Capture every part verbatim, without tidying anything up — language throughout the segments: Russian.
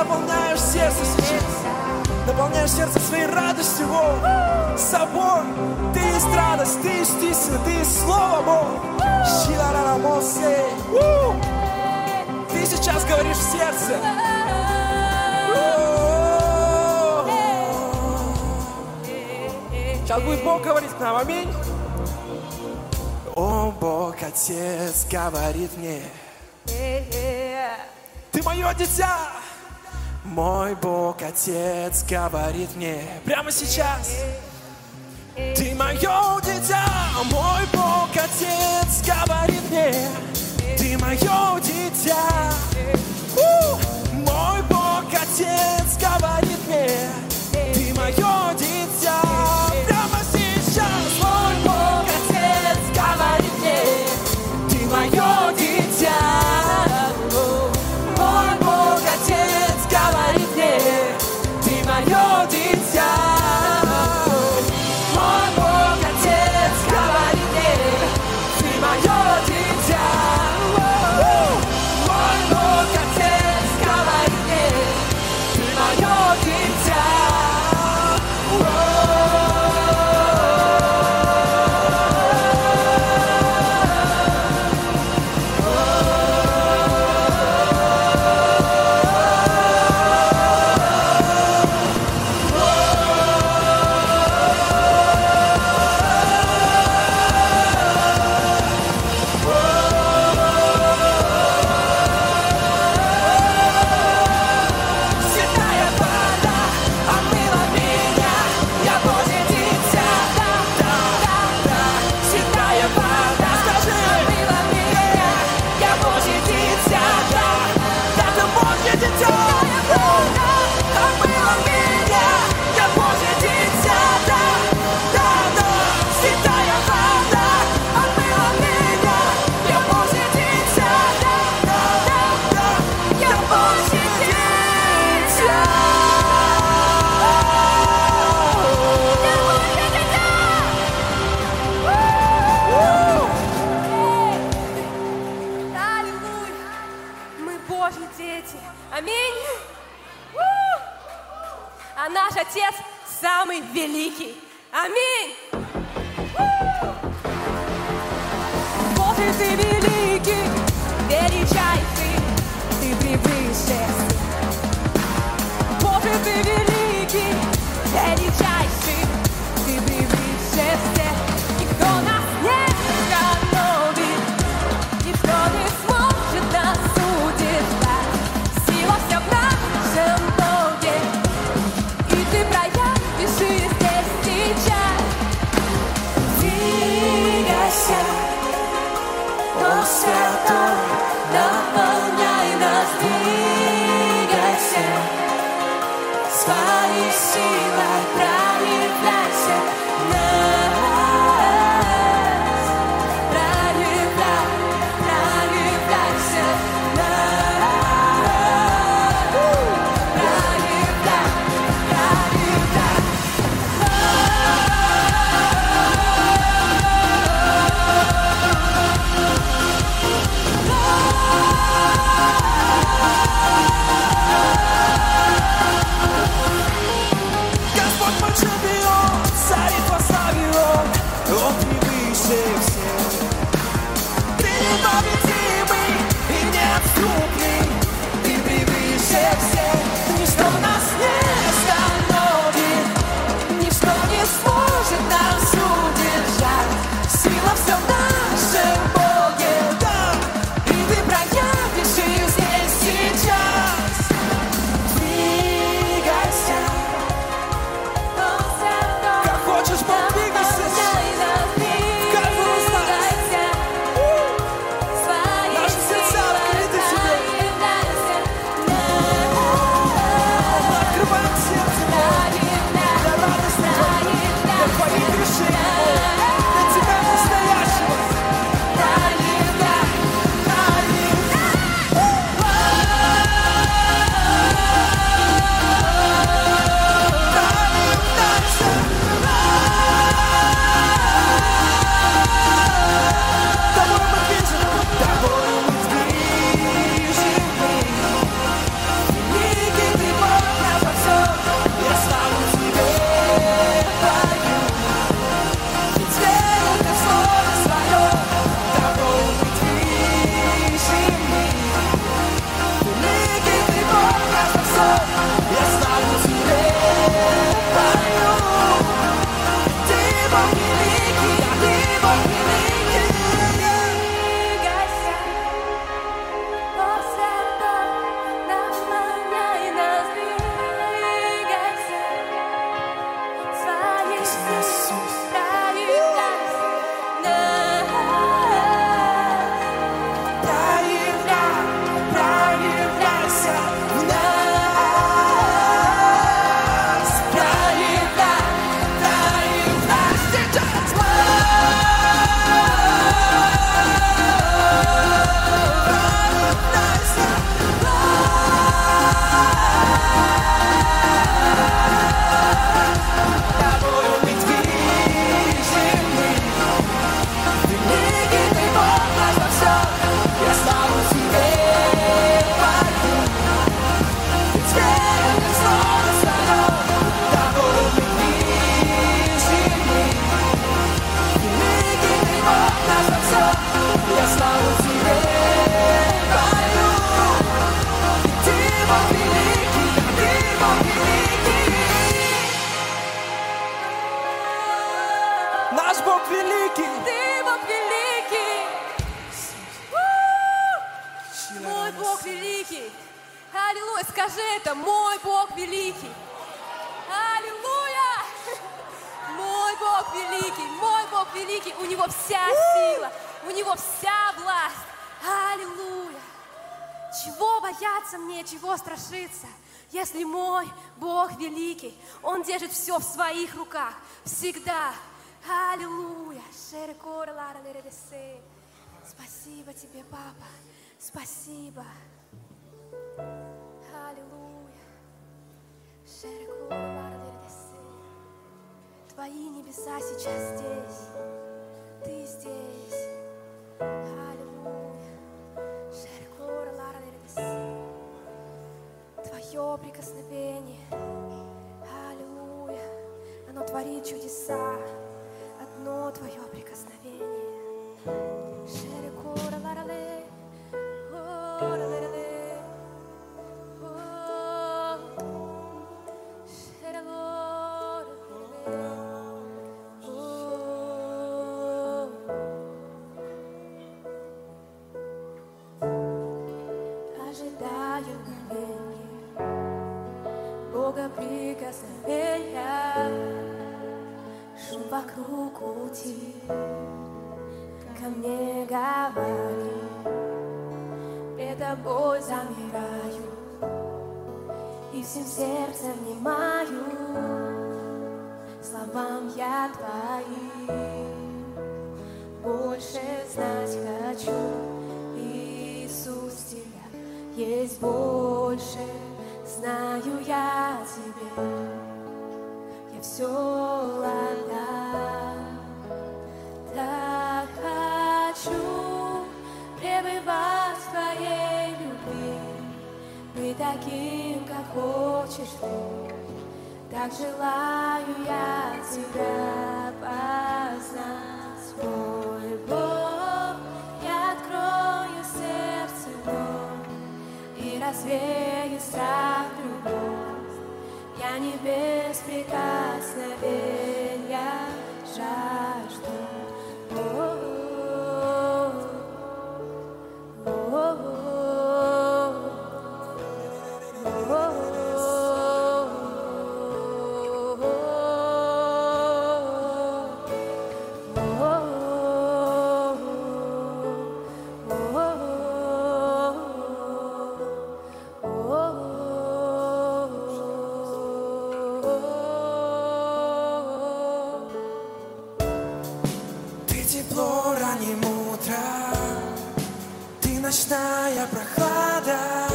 наполняешь сердце сейчас. Наполняешь сердце своей радостью, Бог. Собой. Ты есть радость, ты есть истина, ты есть Слово, Бог. Ты сейчас говоришь в сердце. Сейчас будет Бог говорить к нам, аминь. О, Бог, Отец, говорит мне, ты мое дитя. Мой Бог, Отец, говорит мне прямо сейчас. Ты мое дитя. Мой Бог, Отец, говорит мне, ты мое дитя. У! Мой Бог, Отец, говорит мне, ты мое дитя. Прямо сейчас. Мой Бог, Отец, говорит мне, ты мое дитя. Мой Бог, Отец, говорит мне, ты мое дитя. Мой Бог, Отец, говорит мне, ты мое дитя. Мой Бог, Отец, говорит мне, ты мое дитя. Аминь. А наш Отец самый великий. Аминь. Боже, ты великий, величайший, ты превыше всех. Боже, ты великий, величайший, ты превыше всех. Никто нас не остановит, никто не сможет нас удержать. Сила вся в нашем Боге, и ты проявишь и здесь сейчас. Двигайся, Дух Святой, давай. Бог великий. Аллилуйя. Скажи это. Мой Бог великий. Аллилуйя. Мой Бог великий. Мой Бог великий. У Него вся сила. У Него вся власть. Аллилуйя. Чего бояться мне, чего страшиться, если мой Бог великий, Он держит все в своих руках, всегда. Аллилуйя. Спасибо тебе, Папа. Спасибо. Аллилуйя. Твои небеса сейчас здесь. Ты здесь. Аллилуйя. Твое прикосновение, аллилуйя, оно творит чудеса. Одно Твое прикосновение. Ожидаю мгновения Бога прикосновения. Шум вокруг утих, ко мне говори, пред Тобой замираю и всем сердцем внимаю словам я Твоим. Больше знать хочу, Иисус, Тебя есть больше, знаю я Тебе, я все отдам. Так хочу пребывать в Твоей любви, быть таким, как хочешь Ты. Так желаю я Тебя познать, мой Бог. Я открою сердце вновь и развею страх, любовь. Я небес прикосновения жажду. Тепло ранним утром, Ты ночная прохлада,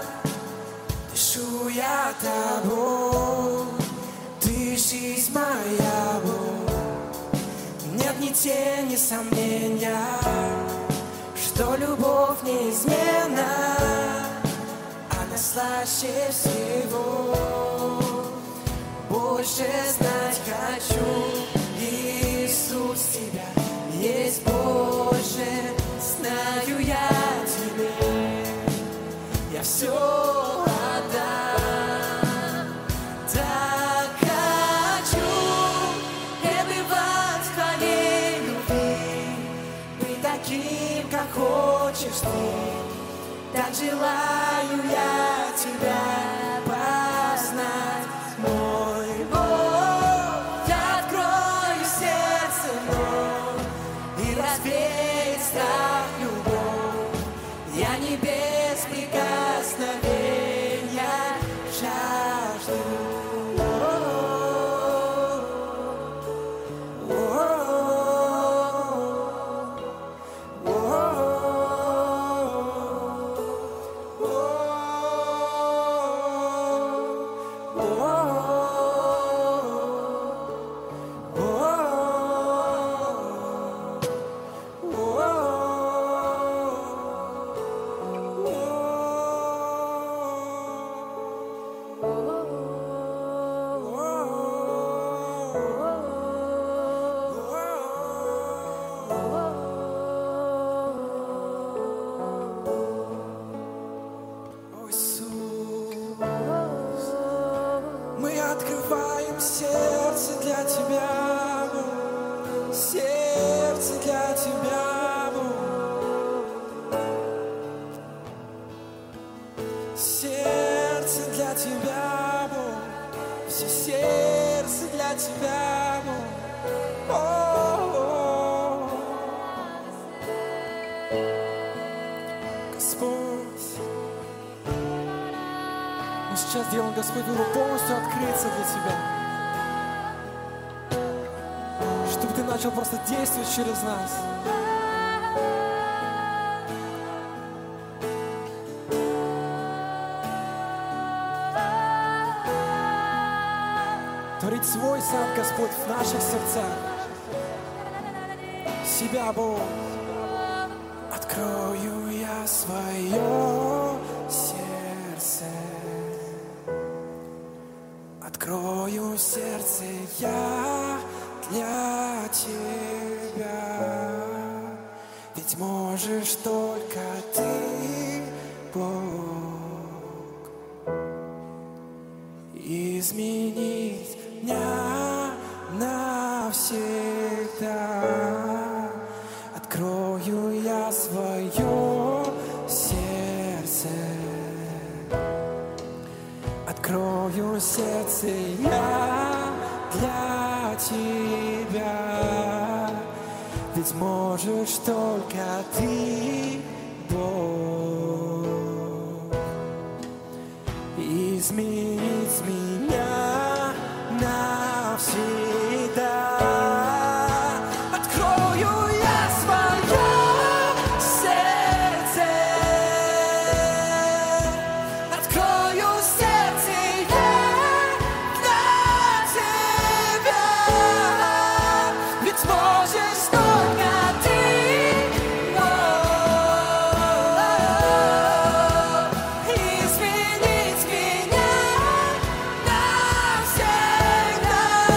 дышу я Тобой, Ты жизнь моя, Бог. Нет ни тени, ни сомнения, что любовь неизменна, она слаще всего. Больше знать хочу, Иисус, Тебя есть больше, знаю я Тебе, я все отдам. Так хочу пребывать в Твоей любви, быть таким, как хочешь Ты. Так желаю я Тебя познать, мой Бог. Я открою сердце вновь и развеет страх, любовь. Я небес прикосновения жажду. Сердце для тебя, Бог, все сердце для тебя, Бог. О-о-о. Господь, мы сейчас делаем, Господь, выбор полностью открыться для Тебя, чтобы Ты начал просто действовать через нас. Творить свой сад, Господь, в наших сердцах. Себя, Бог. Открою я свое сердце. Открою сердце я для Тебя. Ведь можешь только Ты, Бог, изменить меня навсегда. Открою я свое сердце. Открою сердце я для Тебя. Ведь можешь только Ты, Бог, изменить меня навсегда. Открою я свое сердце. Открою сердце я для Тебя. Ведь можешь только Ты, Бог, изменить меня навсегда.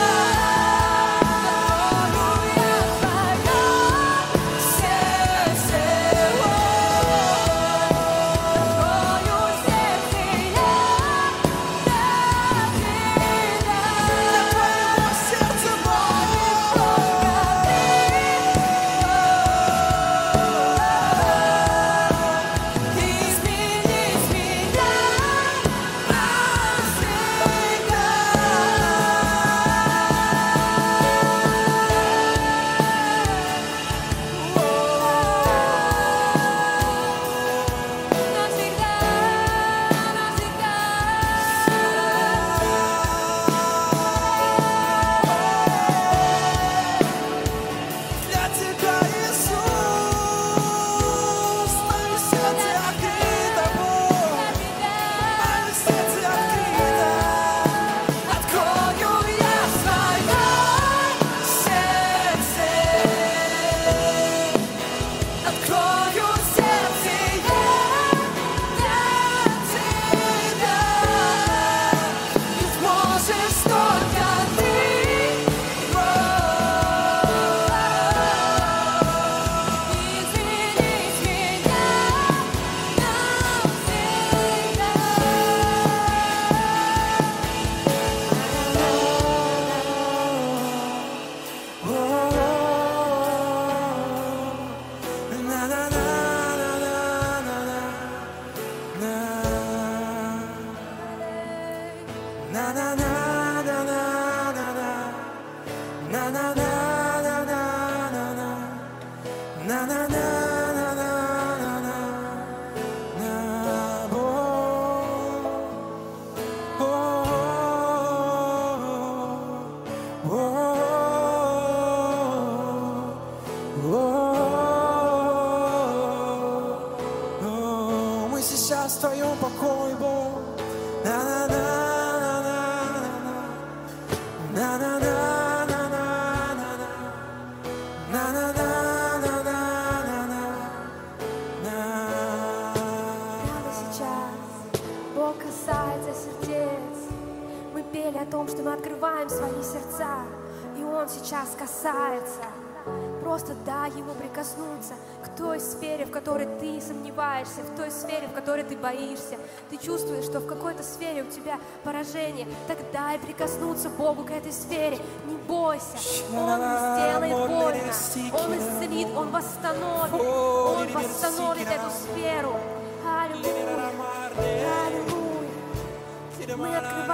Мы сейчас в Твоем покое, Бог. Бог касается сердец. Мы пели о том, что мы открываем свои сердца, и Он сейчас касается. Просто дай Ему прикоснуться к той сфере, в которой ты сомневаешься, в той сфере, в которой ты боишься. Ты чувствуешь, что в какой-то сфере у тебя поражение. Так дай прикоснуться Богу к этой сфере. Не бойся, Он сделает больно, Он исцелит, Он восстановит, Он восстановит эту сферу. Аллилуйя.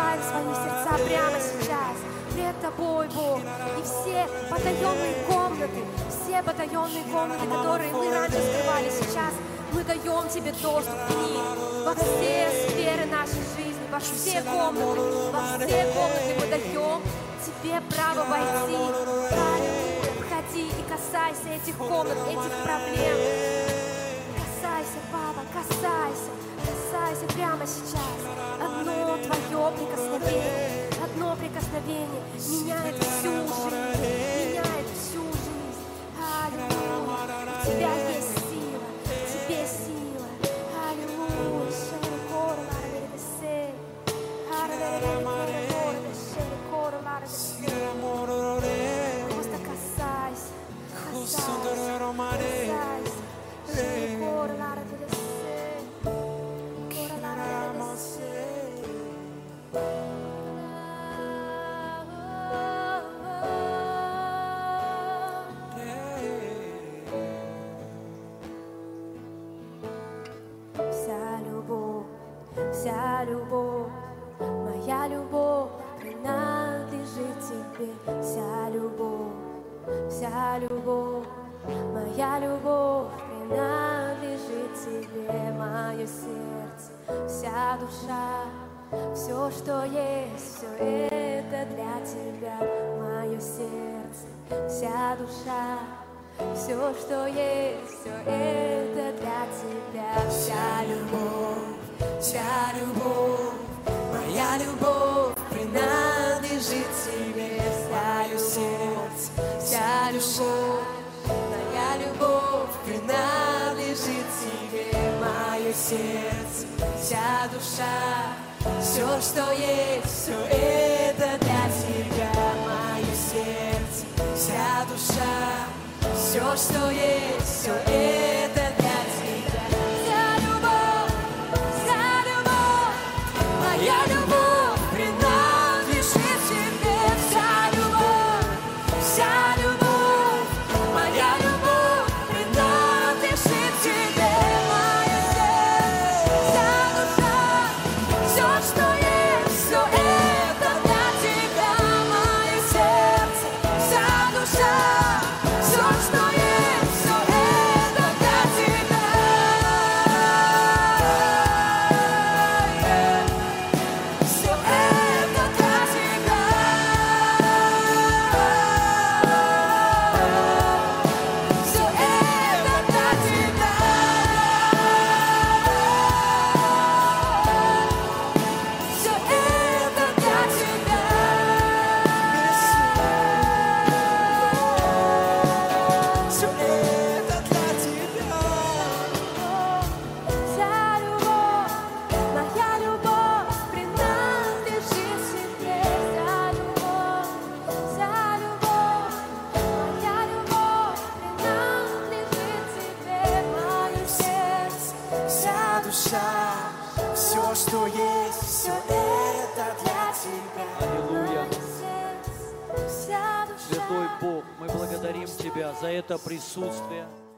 открываем свои сердца прямо сейчас пред Тобой, Бог. И все потаенные комнаты, все потаенные комнаты, которые мы раньше скрывали, сейчас мы даем Тебе доступ к ним во все сферы нашей жизни, во все комнаты, во все комнаты мы даем Тебе право войти. Аллилуйя. Входи и касайся этих комнат, этих проблем. Касайся, Папа, касайся, касайся прямо сейчас. Одно Твое прикосновение, одно прикосновение меняет всю жизнь, меняет всю жизнь. Аллилуйя. У Тебя есть сила, в Тебе сила. Аллилуйя. Просто касайся, касайся, касайся. Вся любовь, вся любовь, моя любовь принадлежит Тебе. Вся любовь, вся любовь, моя любовь принадлежит Тебе. Мое сердце, вся душа, все, что есть, все это для Тебя. Мое сердце, вся душа, все, что есть, все это для Тебя. Вся любовь, вся любовь, моя любовь принадлежит Тебе. Мое сердце, вся любовь, моя любовь принадлежит Тебе. Мое сердце, вся душа, все, что есть, все это для Тебя. Мое сердце, вся душа, все, что есть, все это для Тебя. Вся любовь, вся любовь, моя любовь принадлежит Тебе. Вся любовь, вся любовь, моя любовь принадлежит Тебе. Мое сердце, вся душа, все, что есть, все это для Тебя. Мое сердце, вся душа, все, что есть, все это для Тебя. Все это для Тебя. Все это для Тебя. Все это для Тебя. Все это для Тебя. Вся любовь, моя любовь принадлежит Тебе. Вся любовь, вся любовь, моя любовь принадлежит Тебе. Мое сердце, Вся душа, все, что есть, все это для Тебя. Аллилуйя. мое сердце, вся душа. Святой Бог, мы благодарим Тебя за это присутствие.